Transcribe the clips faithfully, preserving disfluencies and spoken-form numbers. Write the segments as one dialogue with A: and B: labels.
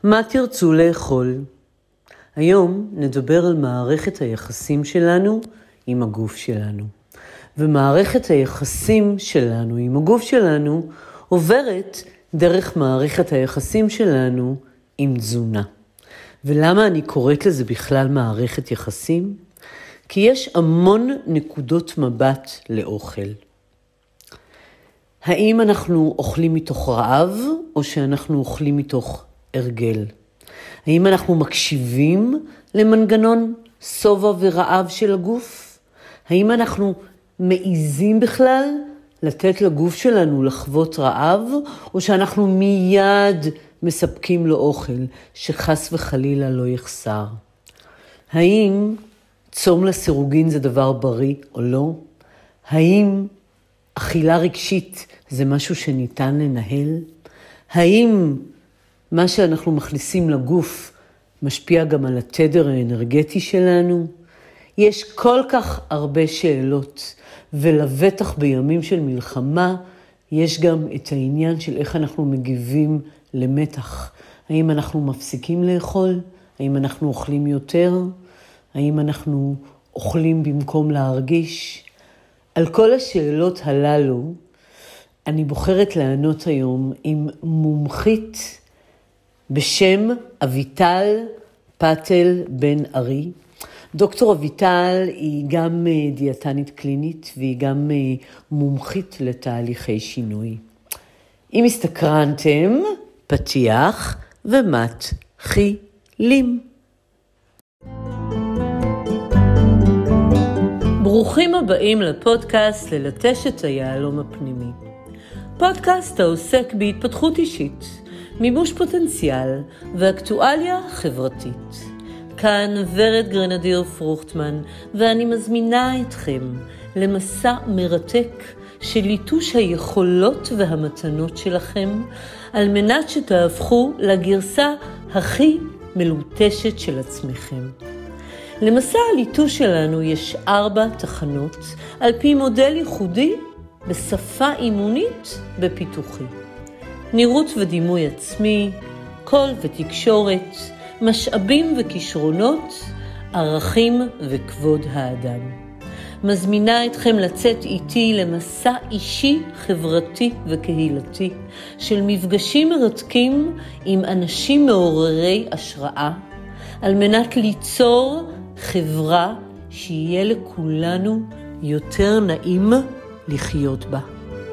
A: מה תרצו לאכול? היום נדבר על מערכת היחסים שלנו עם הגוף שלנו. ומערכת היחסים שלנו עם הגוף שלנו עוברת דרך מערכת היחסים שלנו עם תזונה. ולמה אני קוראת לזה בכלל מערכת יחסים? כי יש המון נקודות מבט לאוכל. האם אנחנו אוכלים מתוך רעב או שאנחנו אוכלים מתוך הרגל? האם אנחנו מקשיבים למנגנון סובה ורעב של הגוף? האם אנחנו מעיזים בכלל לתת לגוף שלנו לחוות רעב, או שאנחנו מיד מספקים לו אוכל שחס וחלילה לא יחסר? האם צום לסירוגין זה דבר בריא או לא? האם אכילה רגשית זה משהו שניתן לנהל? האם מה שאנחנו מכניסים לגוף משפיע גם על התדר האנרגטי שלנו? יש כל כך הרבה שאלות, ולבטח בימים של מלחמה יש גם את העניין של איך אנחנו מגיבים למתח. האם אנחנו מפסיקים לאכול? האם אנחנו אוכלים יותר? האם אנחנו אוכלים במקום להרגיש? על כל השאלות הללו אני בוחרת לענות היום עם מומחית בשם אביטל פטל בן ארי. דוקטור אביטל היא גם דיאטנית קלינית והיא גם מומחית לתהליכי שינוי. אם הסתקרנתם, פתיח ומתחילים. ברוכים הבאים לפודקאסט ללטש את היהלום הפנימי. פודקאסט העוסק בהתפתחות אישית, מימוש פוטנציאל ואקטואליה חברתית. כאן ורד גרנדיר פרוכטמן, ואני מזמינה אתכם למסע מרתק של ליטוש היכולות והמתנות שלכם, על מנת שתהפכו לגרסה הכי מלוטשת של עצמכם. למסע הליטוש שלנו יש ארבע תחנות, על פי מודל ייחודי בשפה אימונית בפיתוחי. נראות ודימוי עצמי, קול ותקשורת, משאבים וכישרונות, ערכים וכבוד האדם. מזמינה אתכם לצאת איתי למסע אישי, חברתי וקהילתי, של מפגשים מרתקים עם אנשים מעוררי השראה, על מנת ליצור חברה שיהיה לכולנו יותר נעים לחיות בה.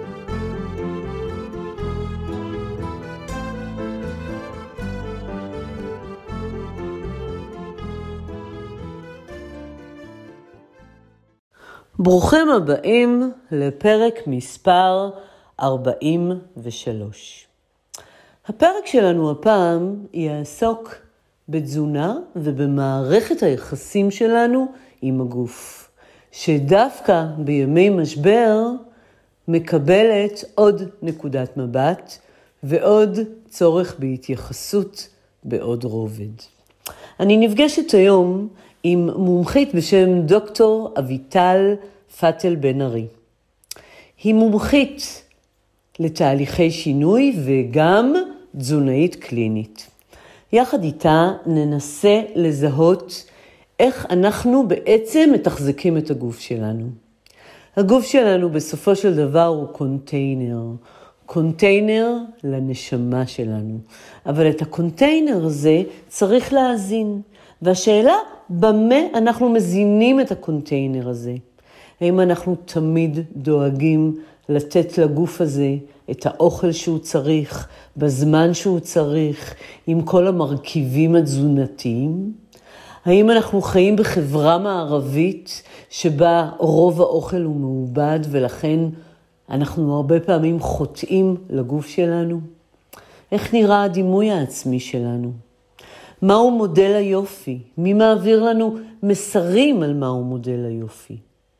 A: ברוכים הבאים לפרק מספר ארבעים ושלוש. הפרק שלנו הפעם יעסוק בתזונה ובמערכת היחסים שלנו עם הגוף, שדווקא בימי משבר מקבלת עוד נקודת מבט ועוד צורך בהתייחסות בעוד רובד. אני נפגשת היום עם מומחית בשם דוקטור אביטל פטל בן ארי. היא מומחית לתהליכי שינוי וגם תזונאית קלינית. יחד איתה ננסה לזהות איך אנחנו בעצם מתחזקים את הגוף שלנו. הגוף שלנו בסופו של דבר הוא קונטיינר, קונטיינר לנשמה שלנו. אבל את הקונטיינר הזה צריך להזין. והשאלה, במה אנחנו מזינים את הקונטיינר הזה? האם אנחנו תמיד דואגים לתת לגוף הזה את האוכל שהוא צריך, בזמן שהוא צריך, עם כל המרכיבים התזונתיים? האם אנחנו חיים בחברה מערבית שבה רוב האוכל הוא מעובד ולכן אנחנו הרבה פעמים חוטאים לגוף שלנו? איך נראה הדימוי העצמי שלנו? מהו מודל היופי? מי מעביר לנו מסרים על מהו מודל היופי?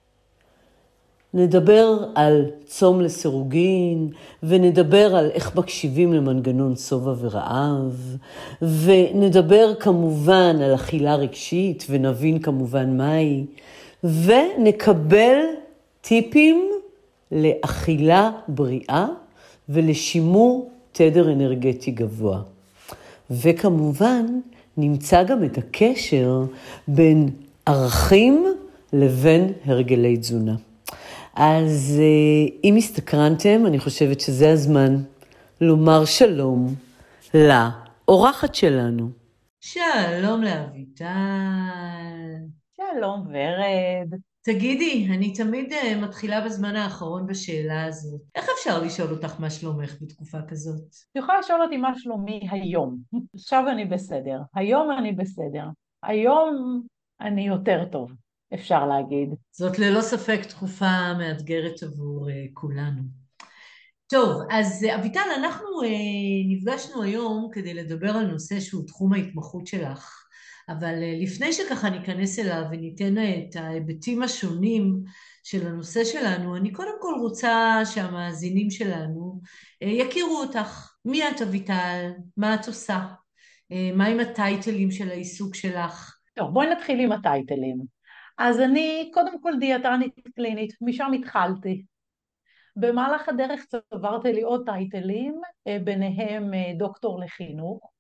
A: נדבר על צום לסירוגין, ונדבר על איך מקשיבים למנגנון סובה ורעב, ונדבר כמובן על אכילה רגשית, ונבין כמובן מהי, ונקבל טיפים לאכילה בריאה ולשימור תדר אנרגטי גבוה. וכמובן, נמצא גם את הקשר בין ערכים לבין הרגלי תזונה. אז אם הסתקרנתם, אני חושבת שזה הזמן לומר שלום לאורחת שלנו. שלום לאביטל.
B: שלום ורד.
A: תגידי, אני תמיד מתחילה בזמן האחרון בשאלה הזאת. איך אפשר לשאול אותך מה שלומך בתקופה כזאת?
B: את יכולה לשאול אותי מה שלומי היום. עכשיו אני בסדר. היום אני בסדר. היום אני יותר טוב, אפשר להגיד.
A: זאת ללא ספק תקופה מאתגרת עבור uh, כולנו. טוב, אז אביטל, אנחנו uh, נפגשנו היום כדי לדבר על נושא שהוא תחום ההתמחות שלך, אבל uh, לפני שככה ניכנס אליו וניתן את ההיבטים השונים של הנושא שלנו, אני קודם כל רוצה שהמאזינים שלנו uh, יכירו אותך. מי את אביטל? מה את עושה? Uh, מה עם הטייטלים של העיסוק שלך?
B: טוב, בואי נתחיל עם הטייטלים. אז אני קודם כל דיאטנית קלינית, משם התחלתי. במהלך הדרך צברתי לי עוד טייטלים, ביניהם דוקטור לחינוך.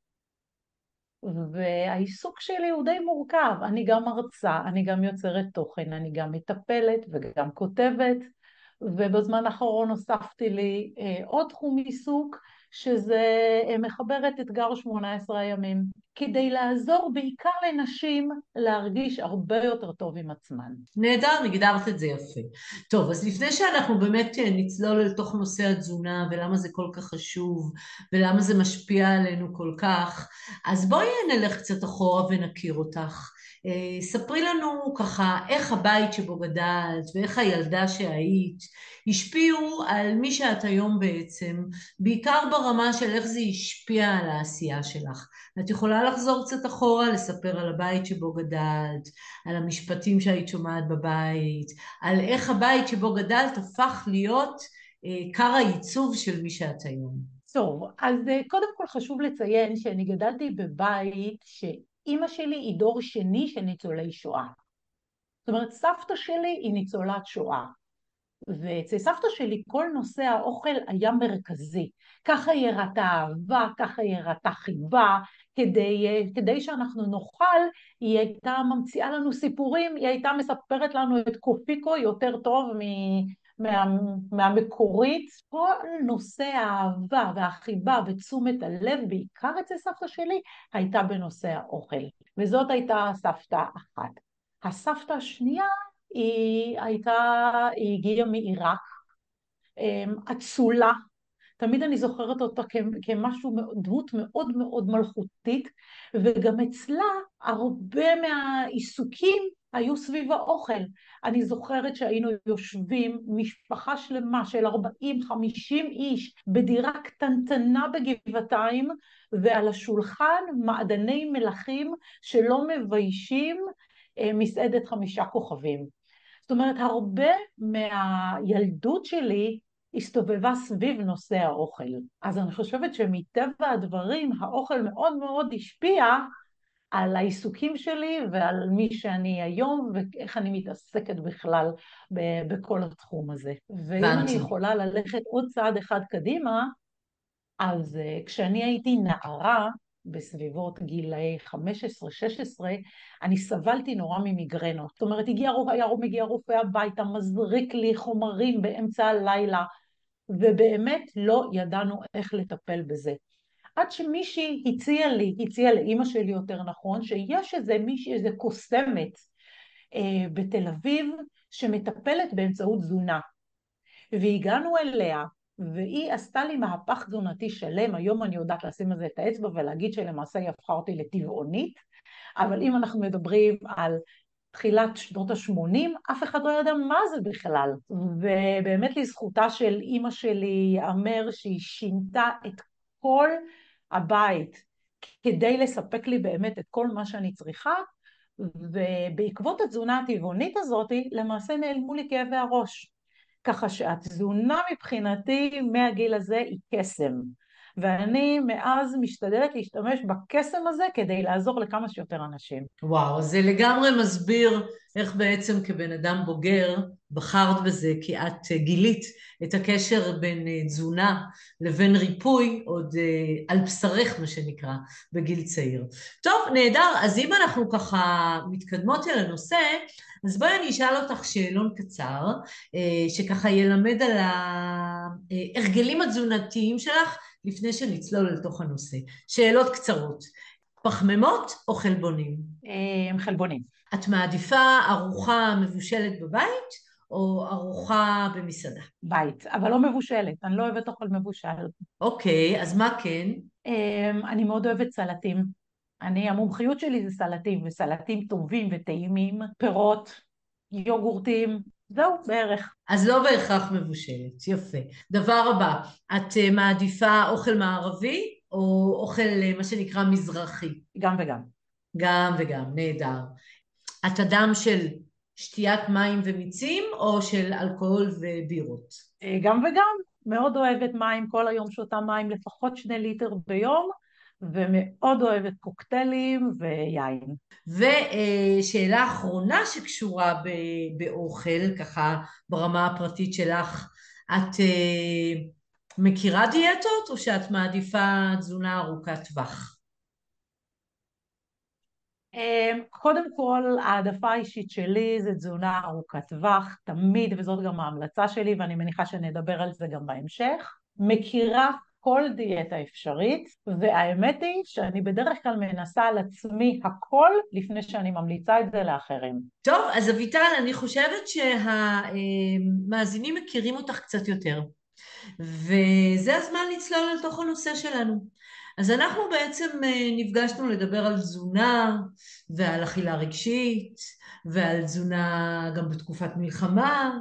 B: והעיסוק שלי הוא די מורכב, אני גם מרצה, אני גם יוצרת תוכן, אני גם מטפלת וגם כותבת, ובזמן האחרון הוספתי לי אה, עוד תחום עיסוק, שזה אה, מחבר את אתגר שמונה עשרה הימים, כדי לעזור בעיקר לנשים להרגיש הרבה יותר טוב עם עצמן.
A: נהדר, הגדרת את זה יפה. טוב, אז לפני שאנחנו באמת נצלול אל תוך נושא התזונה ולמה זה כל כך חשוב ולמה זה משפיע עלינו כל כך, אז בואי נלך קצת אחורה ונכיר אותך. אה, ספרי לנו ככה איך הבית שבו גדלת ואיך הילדה שהיית השפיעו על מי שאת היום בעצם, בעיקר ברמה של איך זה השפיע על העשייה שלך. את יכולה לחזור קצת אחורה, לספר על הבית שבו גדלת, על המשפטים שהיית שומעת בבית, על איך הבית שבו גדלת הפך להיות אה, קר הייצוב של מי שאת היום.
B: טוב, אז אה, קודם כל חשוב לציין שאני גדלתי בבית שאימא שלי היא דור שני של ניצולי שואה. זאת אומרת, סבתא שלי היא ניצולת שואה. ואצל סבתא שלי כל נושא האוכל היה מרכזי. ככה היא הראתה אהבה, ככה היא הראתה חיבה, כדי, כדי שאנחנו נאכל, היא הייתה ממציאה לנו סיפורים, היא הייתה מספרת לנו את קופיקו יותר טוב מ... מה, מהמקורית. כל נושא האהבה והחיבה ותשומת הלב, בעיקר אצל סבתא שלי, הייתה בנושא האוכל. וזאת הייתה סבתא אחת. הסבתא השנייה היא הייתה, היא הגיעה מעיראק, אצולה, תמיד אני זוכרת אותה כמשהו, דמות מאוד מאוד מלכותית, וגם אצלה הרבה מהעיסוקים היו סביב האוכל. אני זוכרת שהיינו יושבים משפחה שלמה של ארבעים חמישים איש בדירה קטנטנה בגבעתיים, ועל השולחן מעדני מלחים שלא מביישים מסעדת חמישה כוכבים. זאת אומרת, הרבה מהילדות שלי הסתובבה סביב נושא האוכל. אז אני חושבת שמטבע הדברים, האוכל מאוד מאוד השפיע על העיסוקים שלי ועל מי שאני היום, ואיך אני מתעסקת בכלל בכל התחום הזה. ואם אני יכולה ללכת עוד צעד אחד קדימה, אז כשאני הייתי נערה, בסביבות גילאי חמש עשרה שש עשרה, אני סבלתי נורא ממיגרנות. זאת אומרת, הגיע, היה מגיע רופא הביתה, מזריק לי חומרים באמצע הלילה, ובאמת לא ידענו איך לטפל בזה. עד שמישהי הציע לי, הציע לאמא שלי יותר נכון, שיש איזה מישהי, איזה קוסמת אה, בתל אביב, שמטפלת באמצעות תזונה. והגענו אליה, והיא עשתה לי מהפך תזונתי שלם. היום אני יודעת לשים על זה את האצבע ולהגיד שלמעשה היא הפכה אותי לטבעונית, אבל אם אנחנו מדברים על תחילת שנות ה-שמונים, אף אחד לא ידע מה זה בכלל. ובאמת לזכותה של אימא שלי יאמר שהיא שינתה את כל הבית כדי לספק לי באמת את כל מה שאני צריכה, ובעקבות התזונה הטבעונית הזאת למעשה נעלמו לי כאבי הראש. ככה שהתזונה מבחינתי מהגיל הזה היא קסם. ואני מאז משתדלת להשתמש בקסם הזה כדי לעזור לכמה שיותר אנשים.
A: וואו, זה לגמרי מסביר איך בעצם כבן אדם בוגר בחרת בזה, כי את גילית את הקשר בין תזונה לבין ריפוי, עוד על בשרך מה שנקרא, בגיל צעיר. טוב, נהדר, אז אם אנחנו ככה מתקדמות אל הנושא, אז בואי אני אשאל אותך שאלון קצר, שככה ילמד על ההרגלים התזונתיים שלך, לפני שנצלול לתוך הנושא. שאלות קצרות. פחמימות או חלבונים?
B: חלבונים.
A: את מעדיפה ארוחה מבושלת בבית או ארוחה במסעדה?
B: בית, אבל לא מבושלת, אני לא אוהבת אוכל מבושל.
A: אוקיי, אז מה כן?
B: אני מאוד אוהבת סלטים. אני, המומחיות שלי זה סלטים, וסלטים טובים וטעימים, פירות, יוגורטים, זהו בערך.
A: אז לא בהכרח מבושלת, יפה. דבר הבא, את מעדיפה אוכל מערבי או אוכל מה שנקרא מזרחי?
B: גם וגם.
A: גם וגם, נהדר. את אדם של שתיית מים ומיצים או של אלכוהול ובירות?
B: גם וגם, מאוד אוהבת מים, כל היום שותה מים לפחות שני ליטר ביום, ומאוד אוהבת קוקטיילים ויין.
A: ושאלה אחרונה שקשורה באוכל, ככה ברמה הפרטית שלך, את מכירה דיאטות או שאת מעדיפה תזונה ארוכת טווח?
B: קודם כל, העדפה האישית שלי זה תזונה ארוכת טווח, תמיד, וזאת גם ההמלצה שלי, ואני מניחה שנדבר על זה גם בהמשך. מכירה כל דיאטה אפשרית, והאמת היא שאני בדרך כלל מנסה על עצמי הכל לפני שאני ממליצה את זה לאחרים.
A: טוב, אז אביטל, אני חושבת שהמאזינים מכירים אותך קצת יותר, וזה הזמן לצלול לתוך הנושא שלנו. אז אנחנו בעצם נפגשנו לדבר על תזונה ועל אכילה רגשית ועל תזונה גם בתקופת מלחמה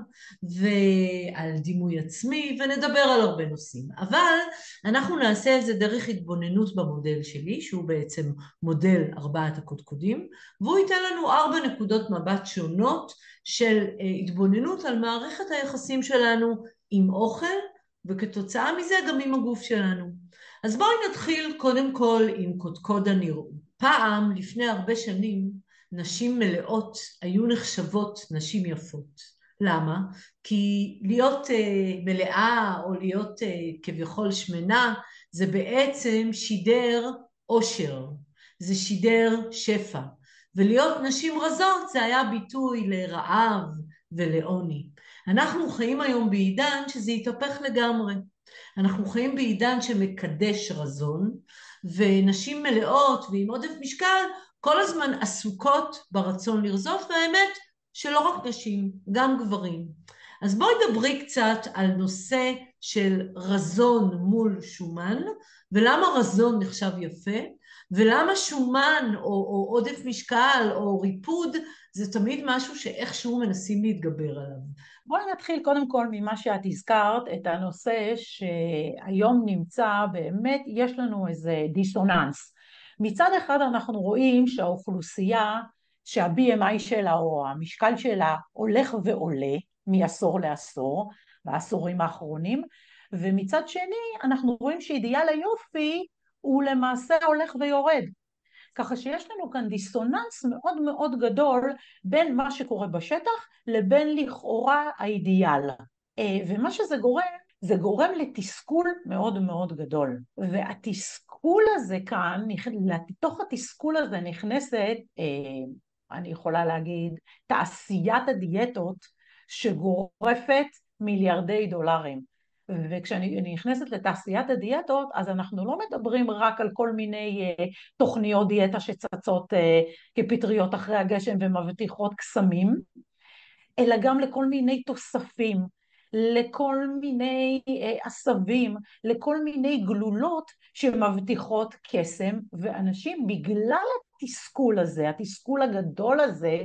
A: ועל דימוי עצמי, ונדבר על הרבה נושאים. אבל אנחנו נעשה את זה דרך התבוננות במודל שלי, שהוא בעצם מודל ארבעת הקודקודים, והוא ייתן לנו ארבע נקודות מבט שונות של התבוננות על מערכת היחסים שלנו עם אוכל, וכתוצאה מזה גם עם הגוף שלנו. אז בואי נתחיל קודם כל עם קודקוד הנראות. פעם, לפני הרבה שנים, נשים מלאות היו נחשבות נשים יפות. למה? כי להיות uh, מלאה או להיות uh, כביכול שמנה, זה בעצם שידר עושר, זה שידר שפע. ולהיות נשים רזות זה היה ביטוי לרעב ולעוני. אנחנו חיים היום בעידן שזה יתהפך לגמרי. אנחנו חיים בעידן שמקדש רזון, ונשים מלאות ועם עודף משקל כל הזמן עסוקות ברצון לרזות, והאמת שלא רק נשים, גם גברים. אז בואי דברי קצת על נושא של רזון מול שומן, ולמה רזון נחשב יפה, ולמה שומן או, או עודף משקל או ריפוד זה תמיד משהו שאיכשהו מנסים להתגבר עליו.
B: בואי נתחיל קודם כל ממה שאת הזכרת, את הנושא שהיום נמצא, באמת יש לנו איזה דיסוננס. מצד אחד אנחנו רואים שהאוכלוסייה, שה-בי אם איי שלה או המשקל שלה הולך ועולה מעשור לעשור, בעשורים האחרונים, ומצד שני אנחנו רואים שאידיאל היופי הוא למעשה הולך ויורד. ככה שיש לנו כאן דיסוננס מאוד מאוד גדול בין מה שקורה בשטח לבין לכאורה האידיאל. ומה שזה גורם, זה גורם לתסכול מאוד מאוד גדול. והתסכול הזה כאן, לתוך התסכול הזה נכנסת, אני יכולה להגיד, תעשיית הדיאטות שגורפת מיליארדי דולרים. וכשאני נכנסת לתעשיית הדיאטות, אז אנחנו לא מדברים רק על כל מיני uh, תוכניות דיאטה שצצות uh, כפטריות אחרי הגשם ומבטיחות קסמים, אלא גם לכל מיני תוספים, לכל מיני uh, עשבים, לכל מיני גלולות שמבטיחות קסם, ואנשים בגלל התסכול הזה, התסכול הגדול הזה,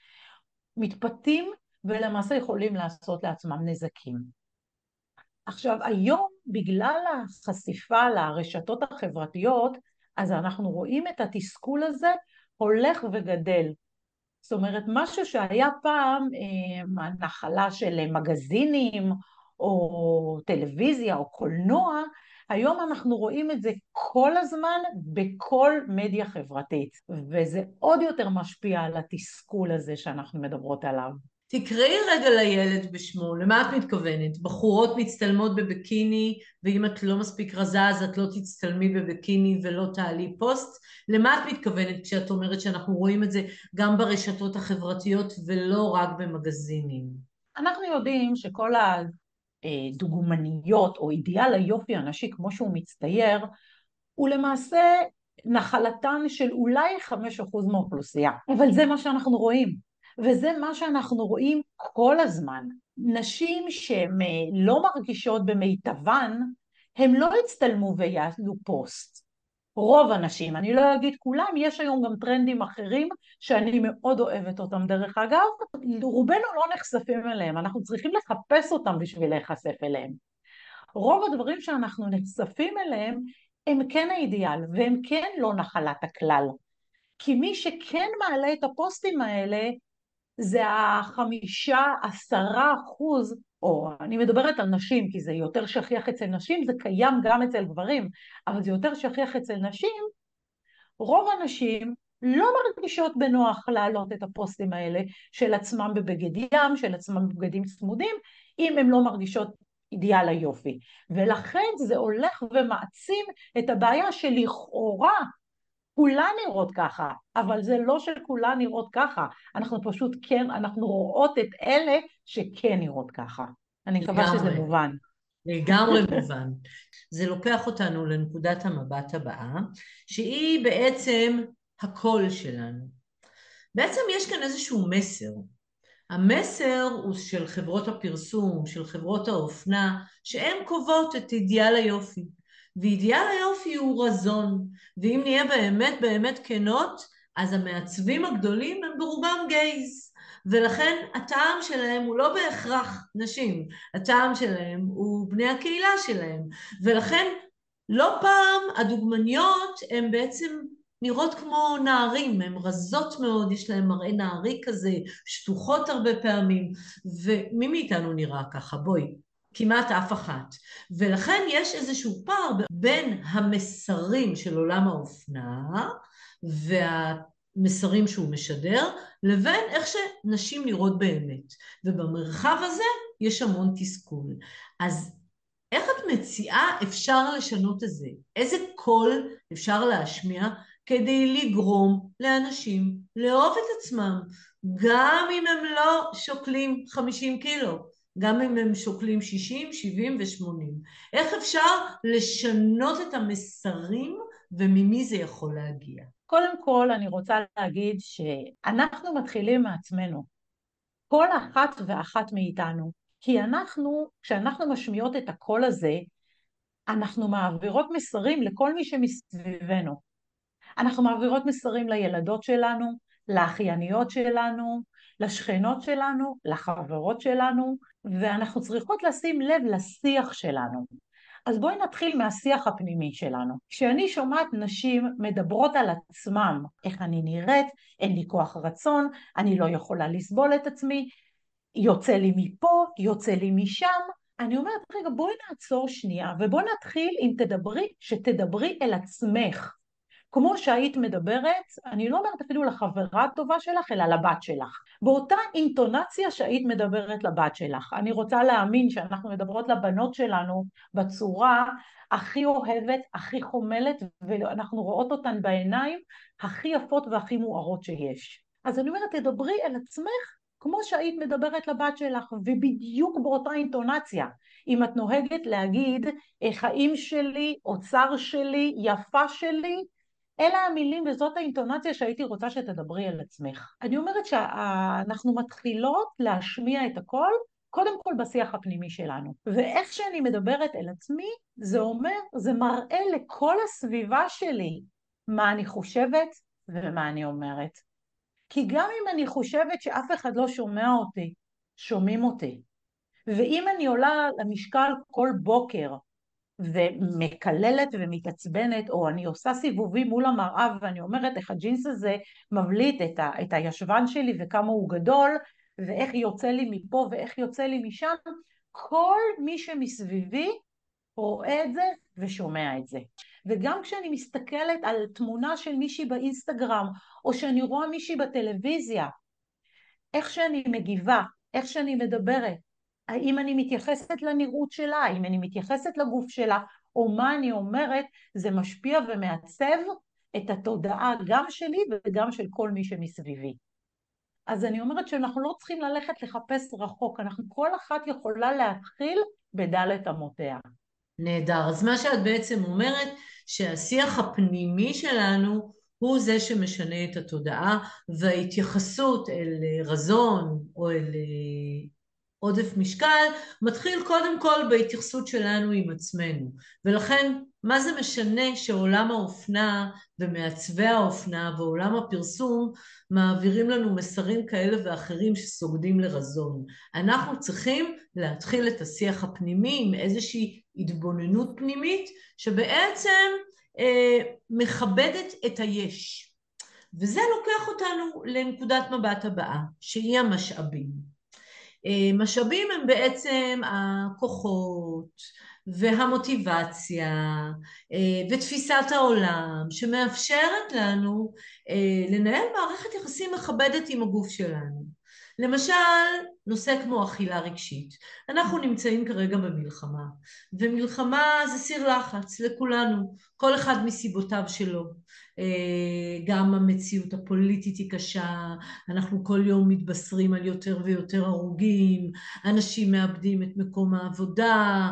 B: מתפתים ולמעשה יכולים לעשות לעצמם נזקים. עכשיו, היום, בגלל החשיפה לרשתות החברתיות, אז אנחנו רואים את התסכול הזה הולך וגדל. זאת אומרת, משהו שהיה פעם אה, נחלה של מגזינים, או טלוויזיה, או קולנוע, היום אנחנו רואים את זה כל הזמן בכל מדיה חברתית, וזה עוד יותר משפיע על התסכול הזה שאנחנו מדברות עליו.
C: תקראי רגע לילד בשמו, למה את מתכוונת? בחורות מצטלמות בבקיני, ואם את לא מספיק רזה אז את לא תצטלמי בבקיני ולא תעלי פוסט? למה את מתכוונת כשאת אומרת שאנחנו רואים את זה גם ברשתות החברתיות ולא רק במגזינים?
B: אנחנו יודעים שכל הדוגמניות או אידיאל היופי הנשי כמו שהוא מצטייר, הוא למעשה נחלתן של אולי חמש אחוז מהאוכלוסייה, אבל זה מה שאנחנו רואים. וזה מה שאנחנו רואים כל הזמן. נשים שהן לא מרגישות במיטבן, הם לא הצטלמו ויעלו פוסט. רוב הנשים, אני לא אגיד כולם, יש היום גם טרנדים אחרים שאני מאוד אוהבת אותם דרך אגב, רובנו לא נחשפים אליהם, אנחנו צריכים לחפש אותם בשביל להיחשף אליהם. רוב הדברים שאנחנו נחשפים אליהם הם כן האידיאל, והם כן לא נחלת הכלל. כי מי שכן מעלה את הפוסטים האלה, זה החמישה, עשרה אחוז, או אני מדברת על נשים, כי זה יותר שכיח אצל נשים, זה קיים גם אצל גברים, אבל זה יותר שכיח אצל נשים, רוב הנשים לא מרגישות בנוח להעלות את הפוסטים האלה של עצמם בבגד ים, של עצמם בבגדים צמודים, אם הן לא מרגישות אידיאל היופי. ולכן זה הולך ומעצים את הבעיה שלכאורה כולן נראות ככה, אבל זה לא שכולן נראות ככה, אנחנו פשוט כן, אנחנו רואות את אלה שכן נראות ככה. אני מקווה שזה מובן.
C: לגמרי מובן. זה לוקח אותנו לנקודת המבט הבאה, שהיא בעצם הקול שלנו. בעצם יש כאן איזשהו מסר. המסר הוא של חברות הפרסום, של חברות האופנה, שהן קובעות את אידיאל היופי. ואידיאל היופי הוא רזון, ואם נהיה באמת באמת כנות, אז המעצבים הגדולים הם ברובם גייז, ולכן הטעם שלהם הוא לא בהכרח נשים, הטעם שלהם הוא בני הקהילה שלהם, ולכן לא פעם הדוגמניות הן בעצם נראות כמו נערים, הן רזות מאוד, יש להן מראה נערי כזה, שטוחות הרבה פעמים, ומי מאיתנו נראה ככה? בואי. כמעט אף אחת. ולכן יש איזשהו פער בין המסרים של עולם האופנה והמסרים שהוא משדר, לבין איך שנשים נראות באמת. ובמרחב הזה יש המון תסכול. אז איך את מציעה אפשר לשנות את זה? איזה קול אפשר להשמיע כדי לגרום לאנשים לאהוב את עצמם, גם אם הם לא שוקלים חמישים קילו? גם אם הם שוקלים שישים, שבעים ושמונים. איך אפשר לשנות את המסרים וממי זה יכול להגיע?
B: קודם כל אני רוצה להגיד שאנחנו מתחילים מעצמנו. כל אחת ואחת מאיתנו. כי אנחנו, כשאנחנו משמיעות את הקול הזה, אנחנו מעבירות מסרים לכל מי שמסביבנו. אנחנו מעבירות מסרים לילדות שלנו, לאחייניות שלנו, לשכנות שלנו, לחברות שלנו, ואנחנו צריכות לשים לב לשיח שלנו. אז בואי נתחיל מהשיח הפנימי שלנו. כשאני שומעת נשים מדברות על עצמם, איך אני נראית, אין לי כוח רצון, אני לא יכולה לסבול את עצמי, יוצא לי מפה, יוצא לי משם, אני אומרת, רגע, בואי נעצור שנייה, ובואי נתחיל אם תדברי, שתדברי אל עצמך. כמו שהיית מדברת, אני לא אומרת אפילו לחברה הטובה שלך, אלא לבת שלך. באותה אינטונציה שהיית מדברת לבת שלך. אני רוצה להאמין שאנחנו מדברות לבנות שלנו בצורה הכי אוהבת, הכי חומלת, ואנחנו רואות אותן בעיניים הכי יפות והכי מוארות שיש. אז אני אומרת, תדברי אל עצמך, כמו שהיית מדברת לבת שלך, ובדיוק באותה אינטונציה. אם את נוהגת להגיד, חיים שלי, אוצר שלי, יפה שלי, אלה המילים וזאת האינטונציה שהייתי רוצה שתדברי על עצמך. אני אומרת שאנחנו מתחילות להשמיע את הכל, קודם כל בשיח הפנימי שלנו. ואיך שאני מדברת אל עצמי, זה אומר, זה מראה לכל הסביבה שלי מה אני חושבת ומה אני אומרת. כי גם אם אני חושבת שאף אחד לא שומע אותי, שומעים אותי. ואם אני עולה למשקל כל בוקר, ומקללת ומתעצבנת, או אני עושה סיבובים מול המראה, ואני אומרת איך הג'ינס הזה מבליט את, ה, את הישבן שלי, וכמה הוא גדול, ואיך יוצא לי מפה, ואיך יוצא לי משם, כל מי שמסביבי רואה את זה ושומע את זה. וגם כשאני מסתכלת על תמונה של מישהי באינסטגרם, או שאני רואה מישהי בטלוויזיה, איך שאני מגיבה, איך שאני מדברת, האם אני מתייחסת לנראות שלה, האם אני מתייחסת לגוף שלה, או מה אני אומרת, זה משפיע ומעצב את התודעה גם שלי וגם של כל מי שמסביבי. אז אני אומרת שאנחנו לא צריכים ללכת לחפש רחוק, אנחנו כל אחת יכולה להתחיל בדלת אמותיה.
C: נהדר. אז מה שאת בעצם אומרת, שהשיח הפנימי שלנו הוא זה שמשנה את התודעה, וההתייחסות אל רזון או אל עודף משקל מתחיל קודם כל בהתייחסות שלנו עם עצמנו. ולכן מה זה משנה שעולם האופנה ומעצבי האופנה ועולם הפרסום מעבירים לנו מסרים כאלה ואחרים שסוגדים לרזון? אנחנו צריכים להתחיל את השיח הפנימי עם איזושהי התבוננות פנימית שבעצם אה, מכבדת את היש. וזה לוקח אותנו לנקודת מבט הבאה, שהיא המשאבים. משאבים הם בעצם הכוחות והמוטיבציה ותפיסת העולם שמאפשרת לנו לנהל מערכת יחסים מכבדת עם הגוף שלנו. למשל, נושא כמו אכילה רגשית. אנחנו נמצאים כרגע במלחמה, ומלחמה זה סיר לחץ לכולנו, כל אחד מסיבותיו שלו. גם המציאות הפוליטית היא קשה, אנחנו כל יום מתבשרים על יותר ויותר הרוגים, אנשים מאבדים את מקום העבודה,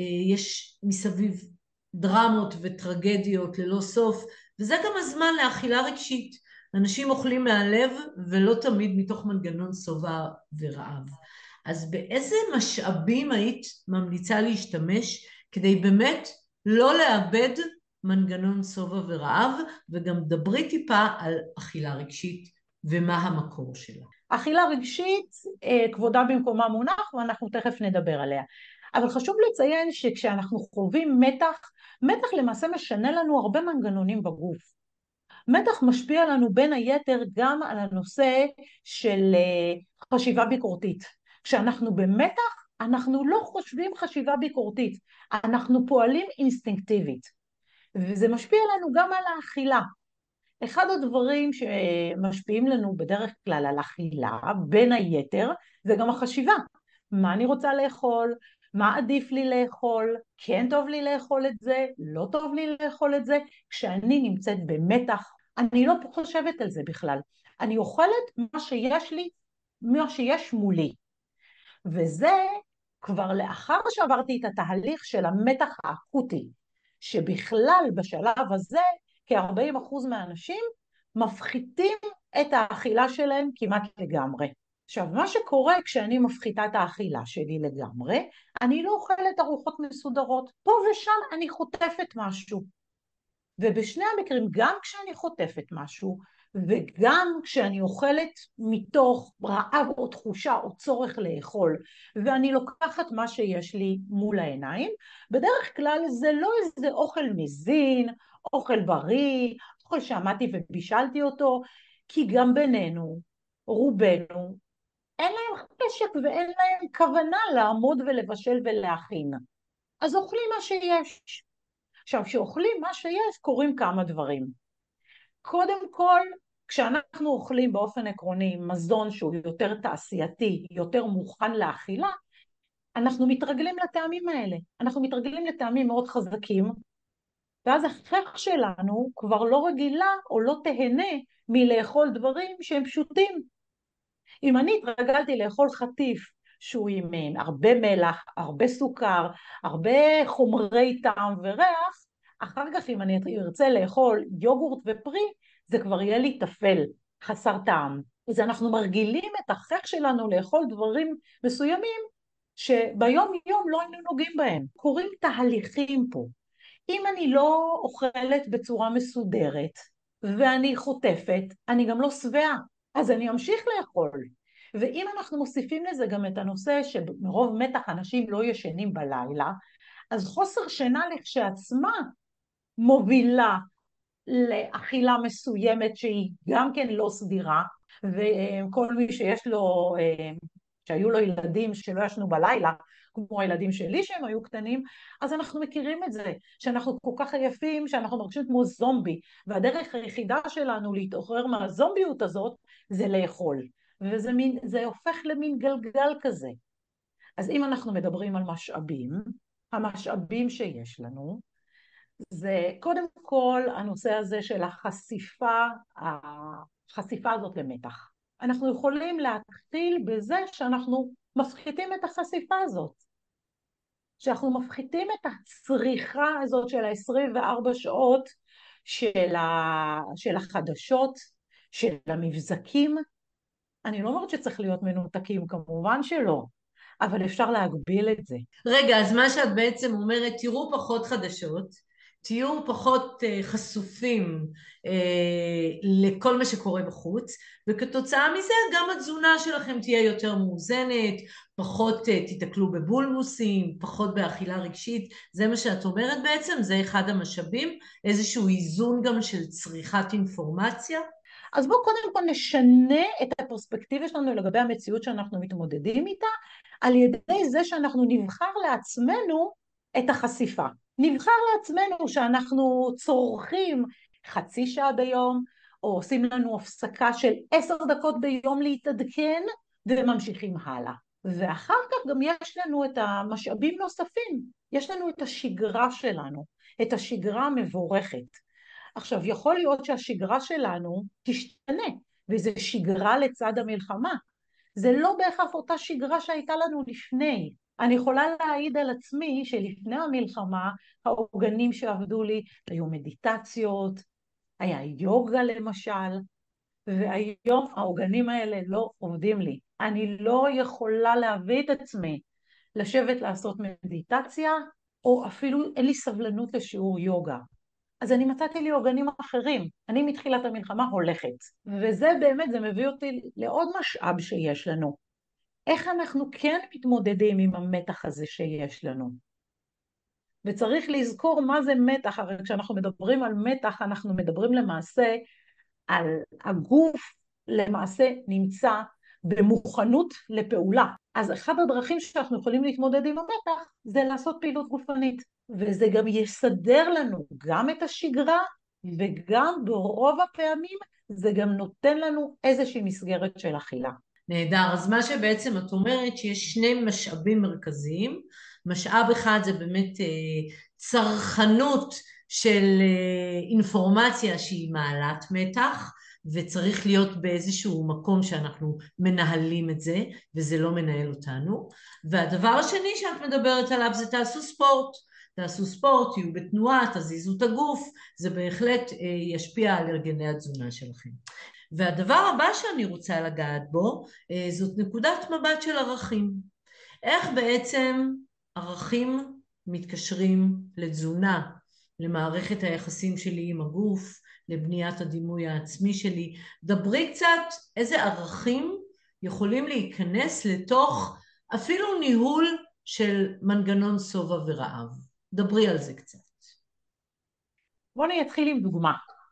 C: יש מסביב דרמות וטרגדיות ללא סוף, וזה גם הזמן לאכילה רגשית. אנשים אוכלים מהלב ולא תמיד מתוך מנגנון שובע ורעב. אז באיזה משאבים היית ממליצה להשתמש כדי באמת לא לאבד מנגנון שובע ורעב, וגם דברי טיפה על אכילה רגשית ומה המקור שלה.
B: אכילה רגשית, כבודה במקומה מונח, ואנחנו תכף נדבר עליה. אבל חשוב לציין שכשאנחנו חווים מתח, מתח למעשה משנה לנו הרבה מנגנונים בגוף. מתח משפיע לנו בין היתר גם על הנושא של חשיבה ביקורתית. כשאנחנו במתח, אנחנו לא חושבים חשיבה ביקורתית, אנחנו פועלים אינסטינקטיבית, וזה משפיע לנו גם על האכילה. אחד הדברים שמשפיעים לנו בדרך כלל על אכילה, בין היתר, זה גם החשיבה. מה אני רוצה לאכול? מה עדיף לי לאכול? כן טוב לי לאכול את זה? לא טוב לי לאכול את זה? כשאני נמצאת במתח, אני לא חושבת על זה בכלל. אני אוכלת מה שיש לי, מה שיש מולי. וזה כבר לאחר שעברתי את התהליך של המתח האקוטי, שבכלל בשלב הזה כ-ארבעים אחוז מהאנשים מפחיתים את האכילה שלהם כמעט לגמרי. עכשיו, מה שקורה כשאני מפחיתה את האכילה שלי לגמרי, אני לא אוכלת ארוחות מסודרות. פה ושם אני חוטפת משהו. ובשני המקרים, גם כשאני חוטפת משהו, וגם כשאני אוכלת מתוך רעב או תחושה או צורך לאכול, ואני לוקחת מה שיש לי מול העיניים, בדרך כלל זה לא איזה אוכל מזין, אוכל בריא, אוכל שעמדתי ובישלתי אותו, כי גם בינינו, רובנו, אין להם חשק ואין להם כוונה לעמוד ולבשל ולהכין. אז אוכלים מה שיש. עכשיו, כשאוכלים מה שיש, קורים כמה דברים. קודם כל, כשאנחנו אוכלים באופן עקרוני מזון שהוא יותר תעשייתי, יותר מוכן לאכילה, אנחנו מתרגלים לטעמים האלה. אנחנו מתרגלים לטעמים מאוד חזקים, ואז החך שלנו כבר לא רגילה או לא תהנה מלאכול דברים שהם פשוטים. אם אני התרגלתי לאכול חטיף שהוא עם הרבה מלח, הרבה סוכר, הרבה חומרי טעם וריח, אחר כך אם אני ארצה לאכול יוגורט ופרי, זה כבר יהיה לי תפל, חסר טעם. אז אנחנו מרגילים את החך שלנו לאכול דברים מסוימים, שביום יום לא היינו נוגעים בהם. קוראים תהליכים פה. אם אני לא אוכלת בצורה מסודרת, ואני חוטפת, אני גם לא שבעה, אז אני אמשיך לאכול. ואם אנחנו מוסיפים לזה גם את הנושא שמרוב מתח אנשים לא ישנים בלילה, אז חוסר שינה לכשעצמה מובילה לאכילה מסוימת שהיא גם כן לא סדירה, וכל מי שיש לו שהיו לו ילדים שלא ישנו בלילה, כמו הילדים שלי שהם היו קטנים, אז אנחנו מכירים את זה, שאנחנו כל כך עייפים, שאנחנו מרגישים כמו זומבי, והדרך היחידה שלנו להתעורר מהזומביות הזאת, זה לאכול. וזה מין, זה הופך למין גלגל כזה. אז אם אנחנו מדברים על משאבים, המשאבים שיש לנו, זה קודם כל הנושא הזה של החשיפה, החשיפה הזאת למתח. אנחנו יכולים להתחיל בזה שאנחנו מפחיתים את החשיפה הזאת. שאנחנו מפחיתים את הצריכה הזאת של ה-עשרים וארבע שעות של, ה... של החדשות, של המבזקים. אני לא אומרת שצריך להיות מנותקים, כמובן שלא, אבל אפשר להגביל את זה.
C: רגע, אז מה שאת בעצם אומרת, תראו פחות חדשות, תהיו פחות uh, חשופים uh, לכל מה שקורה בחוץ, וכתוצאה מזה גם התזונה שלכם תהיה יותר מאוזנת, פחות uh, תתקלו בבולמוסים, פחות באכילה רגשית, זה מה שאת אומרת בעצם, זה אחד המשאבים, איזשהו איזון גם של צריכת אינפורמציה.
B: אז בואו קודם כל נשנה את הפרספקטיבה שלנו לגבי המציאות שאנחנו מתמודדים איתה, על ידי זה שאנחנו נבחר לעצמנו את החשיפה. נבחר לעצמנו שאנחנו צורכים חצי שעה ביום, או עושים לנו הפסקה של עשר דקות ביום להתעדכן, וממשיכים הלאה. ואחר כך גם יש לנו את המשאבים נוספים, יש לנו את השגרה שלנו, את השגרה המבורכת. עכשיו, יכול להיות שהשגרה שלנו תשתנה, וזו שגרה לצד המלחמה. זה לא בהכרח אותה שגרה שהייתה לנו לפני. אני יכולה להעיד על עצמי שלפני המלחמה, העוגנים שעבדו לי היו מדיטציות, היה יוגה למשל, והיום העוגנים האלה לא עובדים לי. אני לא יכולה להביא את עצמי לשבת לעשות מדיטציה, או אפילו אין לי סבלנות לשיעור יוגה. אז אני מצאתי לי עוגנים אחרים, אני מתחילת המלחמה הולכת, וזה באמת, זה מביא אותי לעוד משאב שיש לנו. איך אנחנו כן מתמודדים עם המתח הזה שיש לנו? וצריך לזכור מה זה מתח, הרי כשאנחנו מדברים על מתח, אנחנו מדברים למעשה על הגוף, למעשה נמצא במוכנות לפעולה. אז אחד הדרכים שאנחנו יכולים להתמודד עם המתח, זה לעשות פעילות גופנית. וזה גם יסדר לנו גם את השגרה, וגם ברוב הפעמים זה גם נותן לנו איזושהי מסגרת של אכילה.
C: נהדר, אז מה שבעצם את אומרת שיש שני משאבים מרכזיים, משאב אחד זה באמת צרכנות של אינפורמציה שהיא מעלת מתח, וצריך להיות באיזשהו מקום שאנחנו מנהלים את זה, וזה לא מנהל אותנו. והדבר השני שאת מדברת עליו זה תעשו ספורט, תעשו ספורט, תהיו בתנועה, תזיזו את הגוף, זה בהחלט ישפיע על הרגלי התזונה שלכם. והדבר הבא שאני רוצה לגעת בו, זאת נקודת מבט של ערכים. איך בעצם ערכים מתקשרים לתזונה, למערכת היחסים שלי עם הגוף, לבניית הדימוי העצמי שלי. דברי קצת איזה ערכים יכולים להיכנס לתוך אפילו ניהול של מנגנון שובע ורעב. דברי על זה קצת.
B: בואו נתחיל עם דוגמה.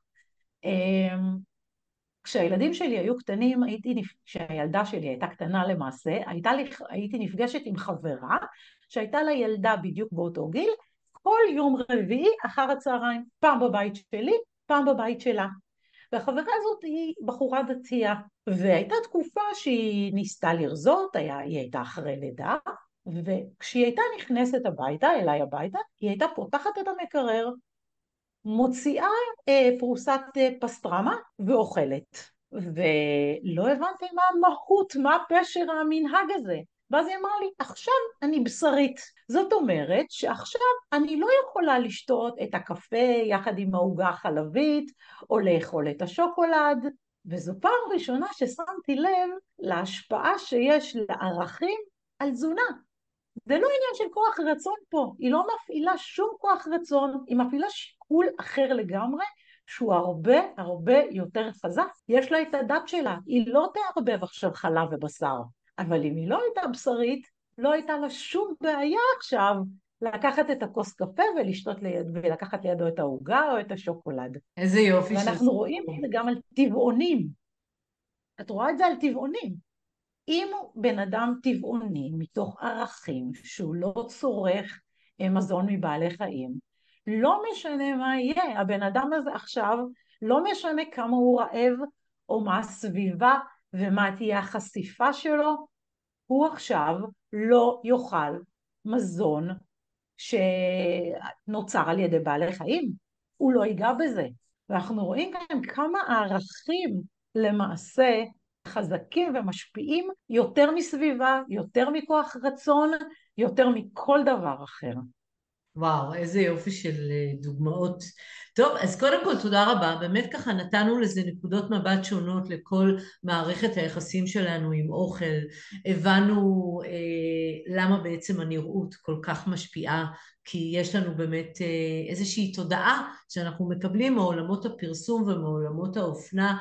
B: כשהילדים שלי היו קטנים, הייתי, כשהילדה שלי הייתה קטנה למעשה, הייתה לי, הייתי נפגשת עם חברה שהייתה לה ילדה בדיוק באותו גיל, כל יום רביעי אחר הצהריים, פעם בבית שלי, פעם בבית שלה. והחברה הזאת היא בחורה דתייה, והייתה תקופה שהיא ניסתה לרזות, היה, היא הייתה אחרי לידה, וכשהיא הייתה נכנסת הביתה, אליי הביתה, היא הייתה פותחת את המקרר, מוציאה אה, פרוסת אה, פסטרמה ואוכלת. ולא הבנתי מה המהות, מה הפשר המנהג הזה. ואז היא אמרה לי, עכשיו אני בשרית. זאת אומרת שעכשיו אני לא יכולה לשתות את הקפה יחד עם העוגה החלבית, או לאכול את השוקולד. וזו פעם ראשונה ששמתי לב להשפעה שיש לערכים על תזונה. זה לא עניין של כוח רצון פה, היא לא מפעילה שום כוח רצון, היא מפעילה שיקול אחר לגמרי, שהוא הרבה הרבה יותר חזק. יש לה את הדת שלה, היא לא תערבב עכשיו חלב ובשר, אבל אם היא לא הייתה בשרית, לא הייתה לה שום בעיה עכשיו לקחת את הכוס קפה ולשתות ליד, ולקחת לידו את העוגה או את השוקולד.
C: איזה יופי.
B: ואנחנו רואים את זה גם על טבעונים. את רואה את זה על טבעונים. אם בן אדם טבעוני מתוך ערכים שהוא לא צורך מזון מבעלי חיים, לא משנה מה יהיה, הבן אדם הזה עכשיו לא משנה כמה הוא רעב או מה הסביבה ומה תהיה החשיפה שלו, הוא עכשיו לא יאכל מזון שנוצר על ידי בעלי חיים, הוא לא ייגע בזה. ואנחנו רואים כאן כמה הערכים למעשה חזקים ומשפיעים יותר מסביבה, יותר מכוח רצון, יותר מכל דבר אחר.
C: וואו, איזה יופי של אה, דוגמאות. טוב, אז קודם כל תודה רבה, באמת ככה נתנו לזה נקודות מבט שונות לכל מערכת היחסים שלנו עם אוכל, הבנו אה, למה בעצם הנראות כל כך משפיעה, כי יש לנו באמת אה, איזושהי תודעה שאנחנו מקבלים מעולמות הפרסום ומעולמות האופנה,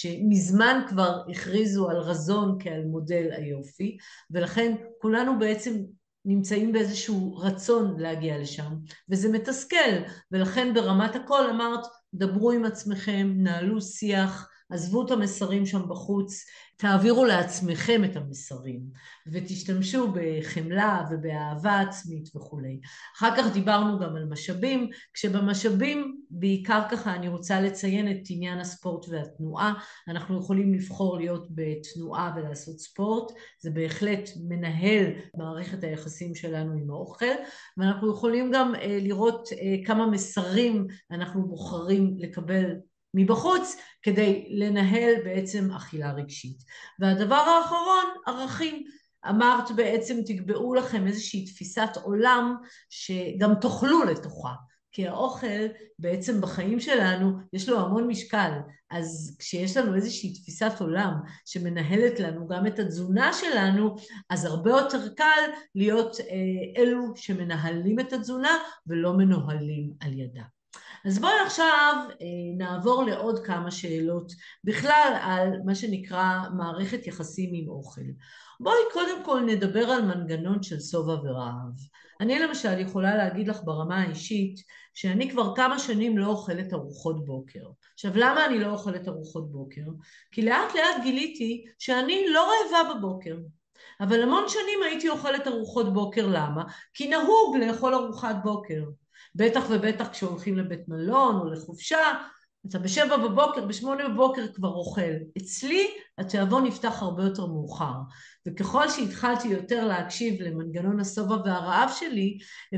C: שמזמן כבר הכריזו על רזון כעל מודל היופי, ולכן כולנו בעצם נמצאים באיזשהו רצון להגיע לשם, וזה מתסכל, ולכן ברמת הכל אמרת, דברו עם עצמכם, נעלו שיח, עזבו את המסרים שם בחוץ, תעבירו לעצמכם את המסרים, ותשתמשו בחמלה ובאהבה עצמית וכו'. אחר כך דיברנו גם על משאבים, כשבמשאבים בעיקר ככה אני רוצה לציין את עניין הספורט והתנועה, אנחנו יכולים לבחור להיות בתנועה ולעשות ספורט, זה בהחלט מנהל מערכת היחסים שלנו עם האוכל, ואנחנו יכולים גם לראות כמה מסרים אנחנו בוחרים לקבל מבחוץ כדי לנהל בעצם אכילה רגשית. והדבר האחרון, ערכים. אמרת בעצם תקבעו לכם איזושהי תפיסת עולם שגם תאכלו לתוכה. כי האוכל בעצם בחיים שלנו יש לו המון משקל, אז כשיש לנו איזושהי תפיסת עולם שמנהלת לנו גם את התזונה שלנו, אז הרבה יותר קל להיות אה, אלו שמנהלים את התזונה ולא מנוהלים על ידה. אז בואי עכשיו אה, נעבור לעוד כמה שאלות בכלל על מה שנקרא מערכת יחסים עם אוכל. בואי קודם כל נדבר על מנגנון של שובע ורעב. אני למשל יכולה להגיד לך ברמה האישית שאני כבר כמה שנים לא אוכלת ארוחות בוקר. עכשיו למה אני לא אוכלת ארוחות בוקר? כי לאט לאט גיליתי שאני לא רעבה בבוקר. אבל המון שנים הייתי אוכלת ארוחות בוקר, למה? כי נהוג לאכול ארוחת בוקר. בטח ובטח כשהולכים לבית מלון או לחופשה, אתה בשבע בבוקר, בשמונה בבוקר כבר אוכל. אצלי התיאבון נפתח הרבה יותר מאוחר, וככל שהתחלתי יותר להקשיב למנגנון השובע והרעב שלי,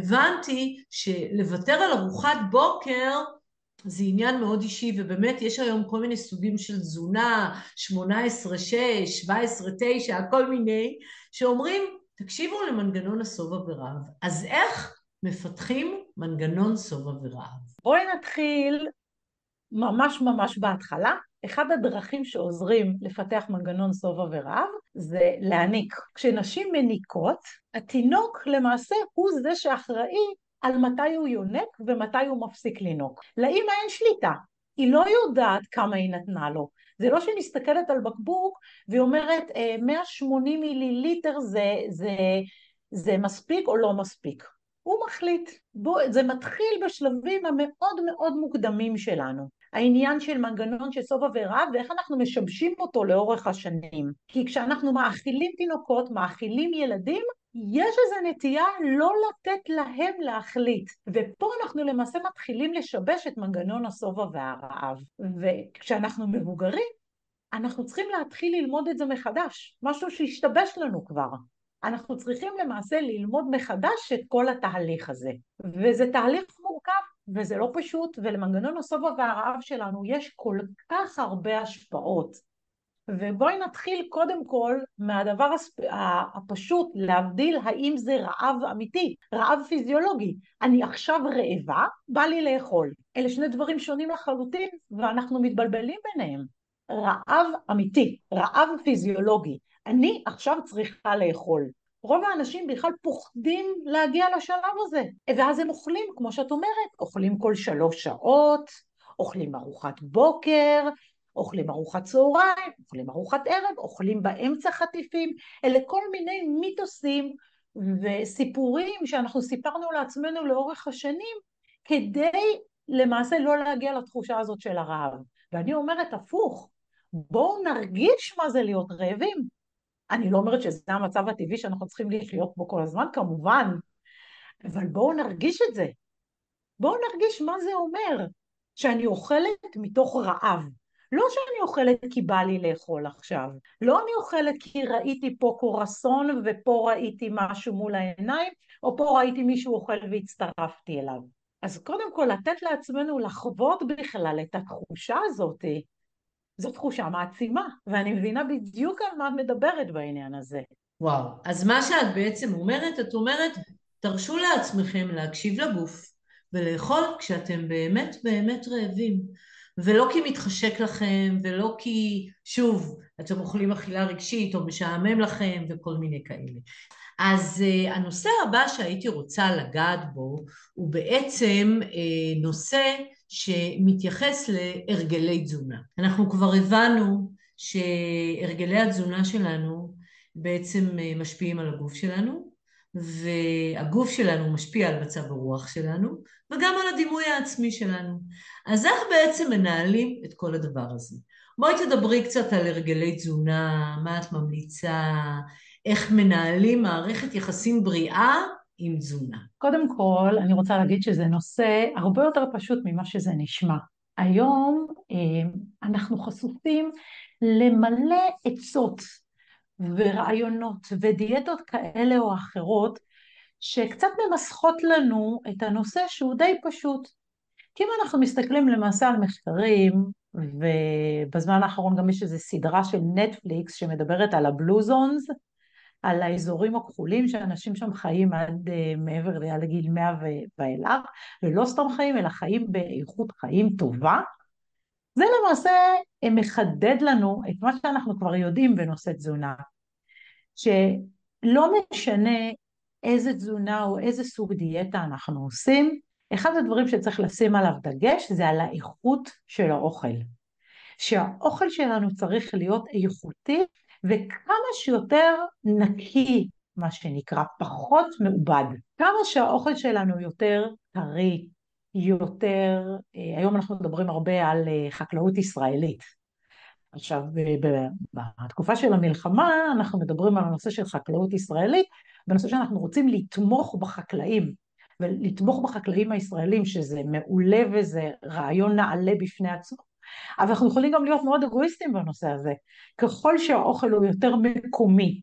C: הבנתי שלוותר על ארוחת בוקר זה עניין מאוד אישי, ובאמת יש היום כל מיני סוגים של תזונה, שמונה עשרה שש, שבע עשרה תשע, כל מיני, שאומרים, תקשיבו למנגנון השובע ורעב. אז איך מפתחים מנגנון שובע ורעב?
B: בואי נתחיל ממש ממש בהתחלה. אחד הדרכים שעוזרים לפתח מנגנון שובע ורעב זה להניק. כשנשים מניקות, התינוק למעשה הוא זה שאחראי על מתי הוא יונק ומתי הוא מפסיק לינוק. לאמא אין שליטה, היא לא יודעת כמה היא נתנה לו. זה לא שהיא מסתכלת על בקבוק והיא אומרת מאה ושמונים מיליליטר זה, זה, זה מספיק או לא מספיק. הוא מחליט. בוא, זה מתחיל בשלבים המאוד מאוד מוקדמים שלנו. העניין של מנגנון של שובע ורעב ואיך אנחנו משבשים אותו לאורך השנים. כי כשאנחנו מאכילים תינוקות, מאכילים ילדים, יש איזו נטייה לא לתת להם להחליט. ופה אנחנו למעשה מתחילים לשבש את מנגנון השובע והרעב. וכשאנחנו מבוגרים, אנחנו צריכים להתחיל ללמוד את זה מחדש. משהו שהשתבש לנו כבר. אנחנו צריכים למעשה ללמוד מחדש את כל התהליך הזה. וזה תהליך מורכב, וזה לא פשוט, ולמנגנון השובע והרעב שלנו יש כל כך הרבה השפעות. ובואי נתחיל קודם כל מהדבר הפשוט, להבדיל האם זה רעב אמיתי, רעב פיזיולוגי. אני עכשיו רעבה, בא לי לאכול. אלה שני דברים שונים לחלוטין, ואנחנו מתבלבלים ביניהם. רעב אמיתי, רעב פיזיולוגי. אני עכשיו צריכה לאכול. רוב האנשים בכלל פוחדים להגיע לשלב הזה. ואז הם אוכלים, כמו שאת אומרת, אוכלים כל שלוש שעות, אוכלים ארוחת בוקר, אוכלים ארוחת צהריים, אוכלים ארוחת ערב, אוכלים באמצע חטיפים. אלה כל מיני מיתוסים וסיפורים שאנחנו סיפרנו לעצמנו לאורך השנים, כדי למעשה לא להגיע לתחושה הזאת של הרעב. ואני אומרת הפוך, בואו נרגיש מה זה להיות רעבים. אני לא אומרת שזה המצב הטבעי שאנחנו צריכים לחיות בו כל הזמן, כמובן, אבל בואו נרגיש את זה. בואו נרגיש מה זה אומר שאני אוכלת מתוך רעב. לא שאני אוכלת כי בא לי לאכול עכשיו. לא אני אוכלת כי ראיתי פה קורסון ופה ראיתי משהו מול העיניים, או פה ראיתי מישהו אוכל והצטרפתי אליו. אז קודם כל לתת לעצמנו לחוות בכלל את התחושה הזאת. זו תחושה מעצימה, ואני מבינה בדיוק על מה את מדברת בעניין הזה.
C: וואו, אז מה שאת בעצם אומרת, את אומרת, תרשו לעצמכם להקשיב לגוף ולאכול כשאתם באמת באמת רעבים. ולא כי מתחשק לכם, ולא כי, שוב, אתם אוכלים אכילה רגשית או משעמם לכם וכל מיני כאלה. אז uh, הנושא הבא שהייתי רוצה לגעת בו, הוא בעצם uh, נושא שמתייחס להרגלי תזונה. אנחנו כבר הבנו שהרגלי התזונה שלנו בעצם uh, משפיעים על הגוף שלנו, והגוף שלנו משפיע על מצב הרוח שלנו, וגם על הדימוי העצמי שלנו. אז איך בעצם מנהלים את כל הדבר הזה? בואי תדברי קצת על הרגלי תזונה, מה את ממליצה, איך מנהלים מערכת יחסים בריאה עם תזונה.
B: קודם כל, אני רוצה להגיד שזה נושא הרבה יותר פשוט ממה שזה נשמע. היום אנחנו חשופים למלא עצות ורעיונות ודיאטות כאלה או אחרות, שקצת ממסכות לנו את הנושא שהוא די פשוט. כי אם אנחנו מסתכלים למעשה על מחקרים, ובזמן האחרון גם יש איזו סדרה של נטפליקס שמדברת על הבלו זונס, על האזורים הכחולים שאנשים שם חיים עד uh, מעבר לגיל מאה ואילך, ולא סתם חיים, אלא חיים באיכות חיים טובה. זה למעשה מחדד לנו את מה שאנחנו כבר יודעים בנושא תזונה, שלא משנה איזה תזונה או איזה סוג דיאטה אנחנו עושים, אחד הדברים שצריך לשים עליו דגש זה על האיכות של האוכל. שהאוכל שלנו צריך להיות איכותי וכמה שיותר נקי, מה שנקרא, פחות מעובד. כמה שהאוכל שלנו יותר טרי, יותר, היום אנחנו מדברים הרבה על חקלאות ישראלית. עכשיו, בתקופה של המלחמה אנחנו מדברים על הנושא של חקלאות ישראלית, בנושא שאנחנו רוצים לתמוך בחקלאים, ולתמוך בחקלאים הישראלים, שזה מעולה וזה רעיון נעלה בפני עצמו, אבל אנחנו יכולים גם להיות מאוד אגואיסטים בנושא הזה. ככל שהאוכל הוא יותר מקומי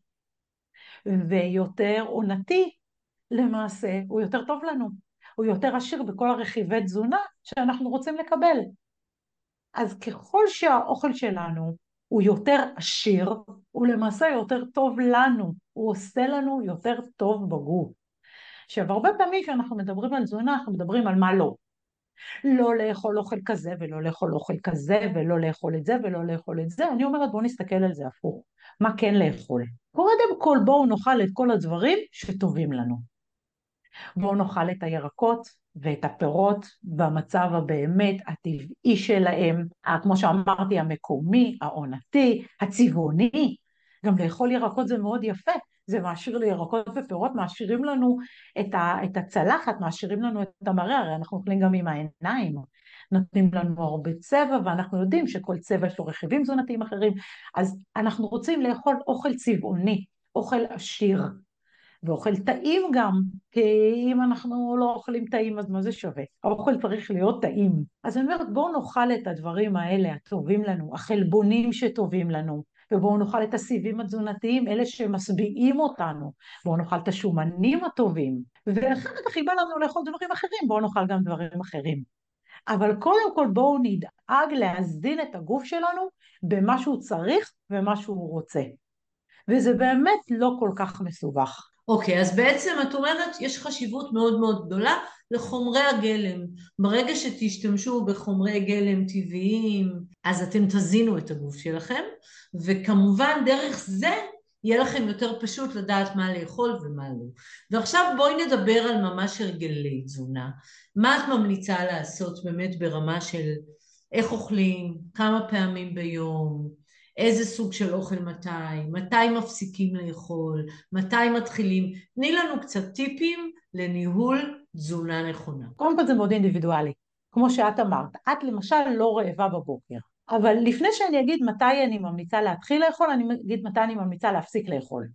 B: ויותר עונתי, למעשה הוא יותר טוב לנו. הוא יותר עשיר בכל הרכיבי תזונה שאנחנו רוצים לקבל. אז ככל שהאוכל שלנו הוא יותר עשיר, הוא למעשה יותר טוב לנו. הוא עושה לנו יותר טוב בגוף. עכשיו, הרבה פעמים כשאנחנו מדברים על תזונה, אנחנו מדברים על מה לא. לא לאכול אוכל כזה ולא לאכול אוכל כזה ולא לאכול את זה ולא לאכול את זה. אני אומרת בואו נסתכל על זה הפוך. מה כן לאכול? קודם כל בואו נאכל את כל הדברים שטובים לנו. בואו נאכל את הירקות ואת הפירות במצב הבאמת הטבעי שלהם, כמו שאמרתי, המקומי, העונתי, הצבעוני. גם לאכול ירקות זה מאוד יפה. זה מעשיר לירקות ופירות, מעשירים לנו את, ה, את הצלחת, מעשירים לנו את המראה, הרי אנחנו אוכלים גם עם העיניים, נותנים לנו הרבה צבע, ואנחנו יודעים שכל צבע יש לו רכיבים תזונתיים אחרים, אז אנחנו רוצים לאכול אוכל צבעוני, אוכל עשיר, ואוכל טעים גם, כי אם אנחנו לא אוכלים טעים, אז מה זה שווה? האוכל צריך להיות טעים. אז אני אומרת, בואו נאכל את הדברים האלה הטובים לנו, החלבונים שטובים לנו, ובואו נאכל את הסיבים התזונתיים, אלה שמשביעים אותנו, בואו נאכל את השומנים הטובים, ואחר כך חיבה לנו לאכול דברים אחרים, בואו נאכל גם דברים אחרים. אבל קודם כל בואו נדאג להזין את הגוף שלנו במה שהוא צריך ומה שהוא רוצה. וזה באמת לא כל כך מסובך.
C: אוקיי, אז בעצם את אומרת, יש חשיבות מאוד מאוד גדולה לחומרי הגלם. ברגע שתשתמשו בחומרי גלם טבעיים, אז אתם תזינו את הגוף שלכם, וכמובן דרך זה יהיה לכם יותר פשוט לדעת מה לאכול ומה לא. ועכשיו בואי נדבר על ממש הרגלי תזונה. מה את ממליצה לעשות באמת ברמה של איך אוכלים, כמה פעמים ביום, איזה סוג של אוכל מתי, מתי מפסיקים לאכול, מתי מתחילים. תני לנו קצת טיפים לניהול תזונה נכונה.
B: קודם כל זה מאוד אינדיבידואלי. כמו שאת אמרת, את למשל לא רעבה בבוקר. אבל לפני שאני אגיד מתי אני ממליצה להתחיל לאכול, אני אגיד מתי אני ממליצה להפסיק לאכול.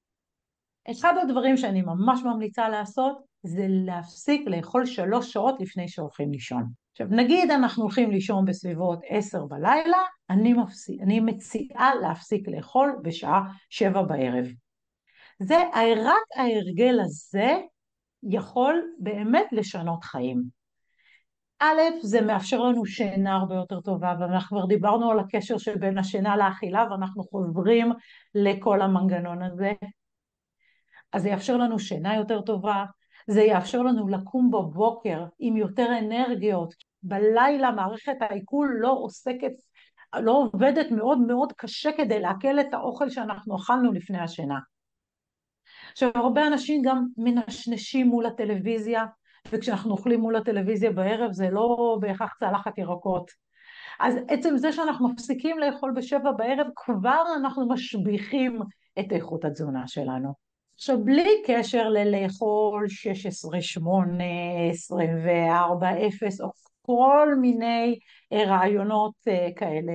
B: אחד הדברים שאני ממש ממליצה לעשות, זה להפסיק לאכול שלוש שעות לפני שהולכים לישון. עכשיו, נגיד אנחנו הולכים לישון בסביבות עשר בלילה, אני, מפסיק, אני מציעה להפסיק לאכול בשעה שבע בערב. זה, רק ההרגל הזה יכול באמת לשנות חיים. א', זה מאפשר לנו שינה הרבה יותר טובה, ואנחנו כבר דיברנו על הקשר שבין השינה לאכילה, ואנחנו חוזרים לכל המנגנון הזה. אז זה יאפשר לנו שינה יותר טובה, זה יאפשר לנו לקום בבוקר עם יותר אנרגיות. בלילה מערכת העיכול לא עוסקת, לא עובדת מאוד מאוד קשה כדי לעכל את האוכל שאנחנו אכלנו לפני השינה. עכשיו, הרבה אנשים גם מנשנשים מול הטלוויזיה, וכשאנחנו אוכלים מול הטלוויזיה בערב זה לא בהכרח צלחת ירקות. אז עצם זה שאנחנו מפסיקים לאכול בשבע בערב, כבר אנחנו משביחים את איכות התזונה שלנו. עכשיו, בלי קשר ללאכול שש עשרה, שמונה, עשרים וארבע, אפס, או כל מיני רעיונות כאלה,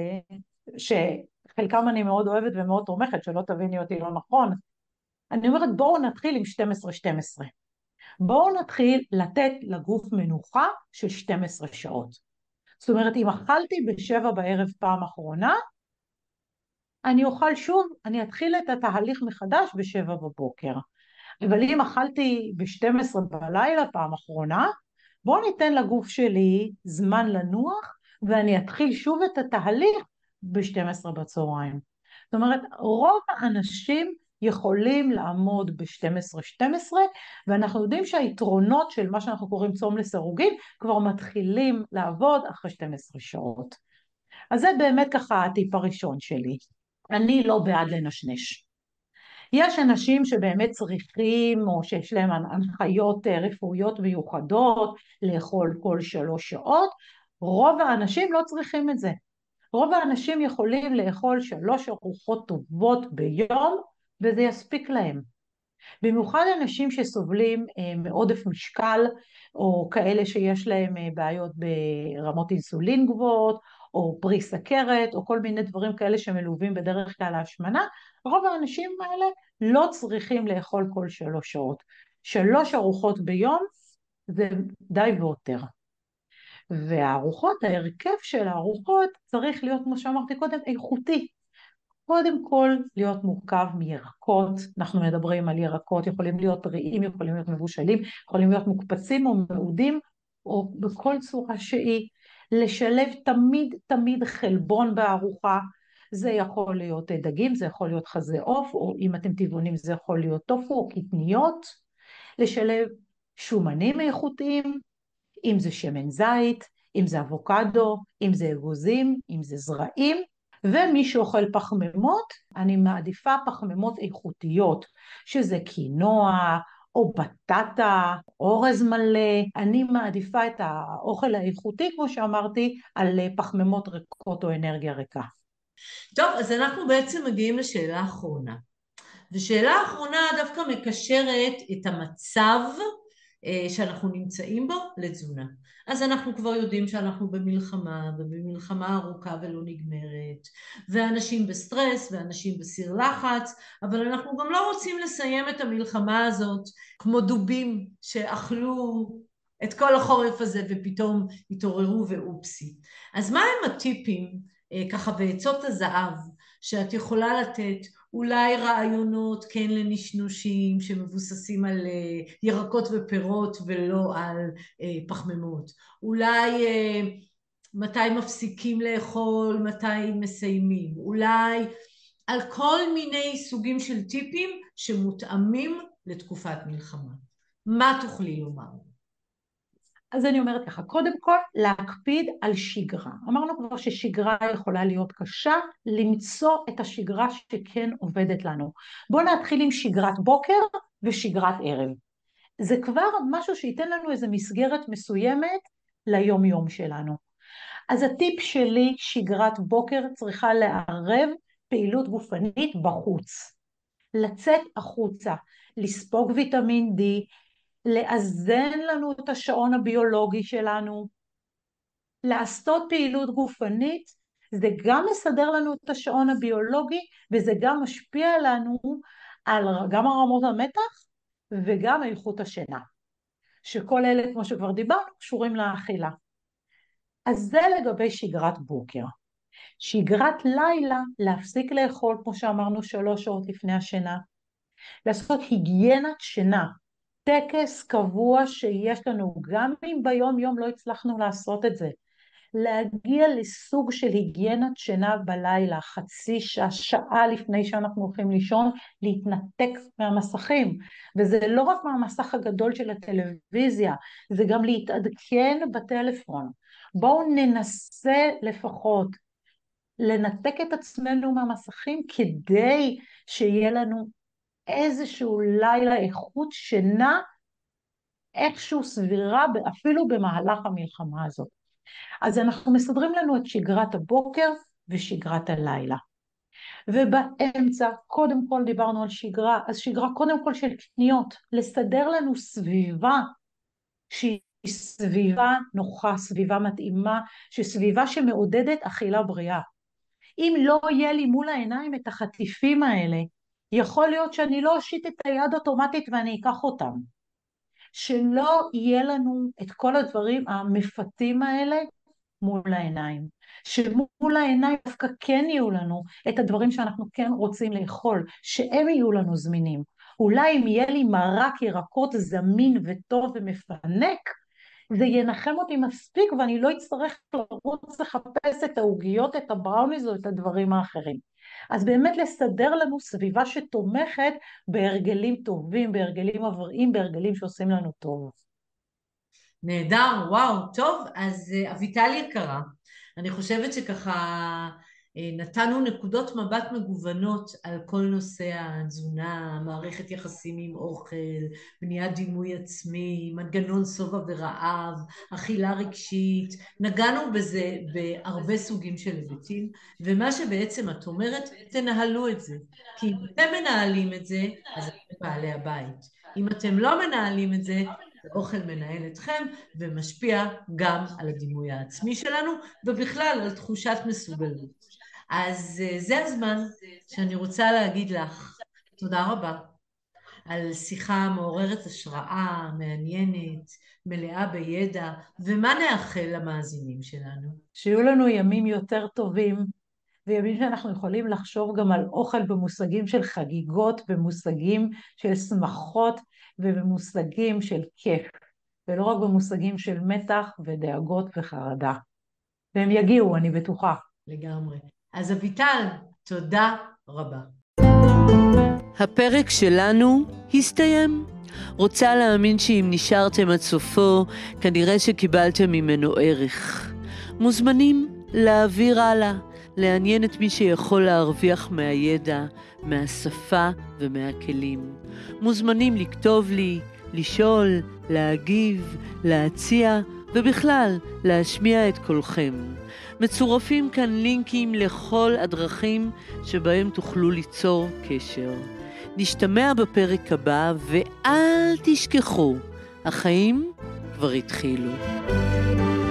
B: שחלקם אני מאוד אוהבת ומאוד תומכת, שלא תביני אותי לא נכון. אני אומרת, בואו נתחיל עם שתים עשרה שתים עשרה. בואו נתחיל לתת לגוף מנוחה של שתים עשרה שעות. זאת אומרת, אם אכלתי בשבע בערב פעם אחרונה, אני אוכל שוב, אני אתחיל את התהליך מחדש בשבע בבוקר. אבל אם אכלתי ב-שתים עשרה בלילה פעם אחרונה, בואו ניתן לגוף שלי זמן לנוח, ואני אתחיל שוב את התהליך ב-שתים עשרה בצהריים. זאת אומרת, רוב האנשים יכולים לעמוד ב-שתים עשרה שתים עשרה, ואנחנו יודעים שהיתרונות של מה שאנחנו קוראים צום לסירוגין, כבר מתחילים לעבוד אחרי שתים עשרה שעות. אז זה באמת ככה הטיפ הראשון שלי. אני לא בעד לנשנש. יש אנשים שבאמת צריכים, או שיש להם הנחיות רפואיות מיוחדות, לאכול כל שלוש שעות. רוב האנשים לא צריכים את זה. רוב האנשים יכולים לאכול שלוש ארוחות טובות ביום, וזה יספיק להם. במיוחד אנשים שסובלים מעודף משקל, או כאלה שיש להם בעיות ברמות אינסולין גבוהות, או פרי סכרת, או כל מיני דברים כאלה שמלווים בדרך כלל להשמנה, רוב האנשים האלה לא צריכים לאכול כל שלוש שעות. שלוש ארוחות ביום זה די ויותר. והארוחות, ההרכב של הארוחות צריך להיות, כמו שאמרתי קודם, איכותי. קודם כל להיות מורכב מירקות, אנחנו מדברים על ירקות, יכולים להיות טריים, יכולים להיות מבושלים, יכולים להיות מוקפצים או מעודים, או בכל צורה שהיא, לשלב תמיד תמיד חלבון בארוחה, זה יכול להיות דגים, זה יכול להיות חזה עוף, או אם אתם טבעונים זה יכול להיות טופו או קטניות, לשלב שומנים איכותיים, אם זה שמן זית, אם זה אבוקדו, אם זה אגוזים, אם זה זרעים, ומי שאוכל פחמימות, אני מעדיפה פחמימות איכותיות, שזה קינוע, או בטטה, אורז מלא, אני מעדיפה את האוכל האיכותי, כמו שאמרתי, על פחמימות ריקות או אנרגיה ריקה.
C: טוב, אז אנחנו בעצם מגיעים לשאלה האחרונה. ושאלה האחרונה דווקא מקשרת את המצב שאנחנו נמצאים בו לתזונה. אז אנחנו כבר יודעים שאנחנו במלחמה, ובמלחמה ארוכה ולא נגמרת, ואנשים בסטרס, ואנשים בסיר לחץ, אבל אנחנו גם לא רוצים לסיים את המלחמה הזאת כמו דובים שאכלו את כל החורף הזה ופתאום התעוררו ואופסי. אז מה הם הטיפים, ככה בעצות הזהב, שאת יכולה לתת אולי רעיונות כן לנשנושים שמבוססים על ירקות ופירות ולא על פחמימות. אולי מתי מפסיקים לאכול, מתי מסיימים. אולי על כל מיני סוגים של טיפים שמותאמים לתקופת מלחמה. מה תוכלי לומר?
B: אז אני אומרת ככה, קודם כל להקפיד על שגרה. אמרנו כבר ששגרה יכולה להיות קשה, למצוא את השגרה שכן עובדת לנו. בואו נתחיל עם שגרת בוקר ושגרת ערב. זה כבר משהו שייתן לנו איזו מסגרת מסוימת ליום יום שלנו. אז הטיפ שלי, שגרת בוקר צריכה לערב פעילות גופנית בחוץ. לצאת החוצה, לספוג ויטמין D, לאזן לנו את השעון הביולוגי שלנו, לעשות פעילות גופנית זה גם מסדר לנו את השעון הביולוגי, וזה גם משפיע לנו על גם הרמות המתח וגם איכות השינה, שכל אלה, כמו שכבר דיברנו, קשורים לאכילה. אז זה לגבי שגרת בוקר. שגרת לילה, להפסיק לאכול, כמו שאמרנו, שלוש שעות לפני השינה. לעשות היגיינת שינה, טקס קבוע שיש לנו, גם אם ביום יום לא הצלחנו לעשות את זה. להגיע לסוג של היגיינת שינה בלילה, חצי שעה, שעה לפני שאנחנו הולכים לישון, להתנתק מהמסכים. וזה לא רק מהמסך הגדול של הטלוויזיה, זה גם להתעדכן בטלפון. בואו ננסה לפחות לנתק את עצמנו מהמסכים, כדי שיהיה לנו איזשהו לילה איכות שינה, איכשהו סבירה, אפילו במהלך המלחמה הזאת. אז אנחנו מסדרים לנו את שגרת הבוקר ושגרת הלילה. ובאמצע, קודם כל דיברנו על שגרה, אז שגרה קודם כל של קניות, לסדר לנו סביבה שהיא סביבה נוחה, סביבה מתאימה, שסביבה שמעודדת אכילה בריאה. אם לא יהיה לי מול העיניים את החטיפים האלה, יכול להיות שאני לא אושיט את היד אוטומטית ואני אקח אותם. שלא יהיה לנו את כל הדברים המפתים האלה מול העיניים. שמול העיניים דווקא כן יהיו לנו את הדברים שאנחנו כן רוצים לאכול, שהם יהיו לנו זמינים. אולי אם יהיה לי מרק ירקות זמין וטוב ומפנק, זה ינחם אותי מספיק ואני לא אצטרך לרוץ לחפש את העוגיות, את הבראוניז או את הדברים האחרים. אז באמת לסדר לנו סביבה שתומכת בהרגלים טובים, בהרגלים עבריים, בהרגלים שעושים לנו טוב.
C: נהדר, וואו, טוב, אז אביטל יקרה, אני חושבת שככה נתנו נקודות מבט מגוונות על כל נושא התזונה, מערכת יחסים עם אוכל, בניית דימוי עצמי, מנגנון שובע ורעב, אכילה רגשית, נגענו בזה בהרבה סוגים של היבטים, ומה שבעצם את אומרת, תנהלו את זה, כי אם אתם מנהלים את זה, אז אתם בעלי הבית. אם אתם לא מנהלים את זה, האוכל מנהל אתכם ומשפיע גם על הדימוי העצמי שלנו, ובכלל על תחושת מסוגלות. אז זה הזמן שאני רוצה להגיד לך תודה רבה על שיחה מעוררת השראה, מעניינת, מלאה בידע, ומה נאחל למאזינים שלנו?
B: שיהיו לנו ימים יותר טובים, וימים שאנחנו יכולים לחשוב גם על אוכל במושגים של חגיגות, במושגים של שמחות, ובמושגים של כיף, ולא רק במושגים של מתח ודאגות וחרדה. והם יגיעו, אני בטוחה.
C: לגמרי. אז אביטל, תודה רבה.
A: הפרק שלנו הסתיים. רוצה להאמין שאם נשארתם עד סופו, כנראה שקיבלתם ממנו ערך. מוזמנים להעביר הלאה, לעניין את מי שיכול להרוויח מהידע, מהשפה ומהכלים. מוזמנים לכתוב לי, לשאול, להגיב, להציע, ובכלל להשמיע את קולכם. מצורפים כאן לינקים לכל הדרכים שבהם תוכלו ליצור קשר. נשתמע בפרק הבא, ואל תשכחו, החיים כבר התחילו.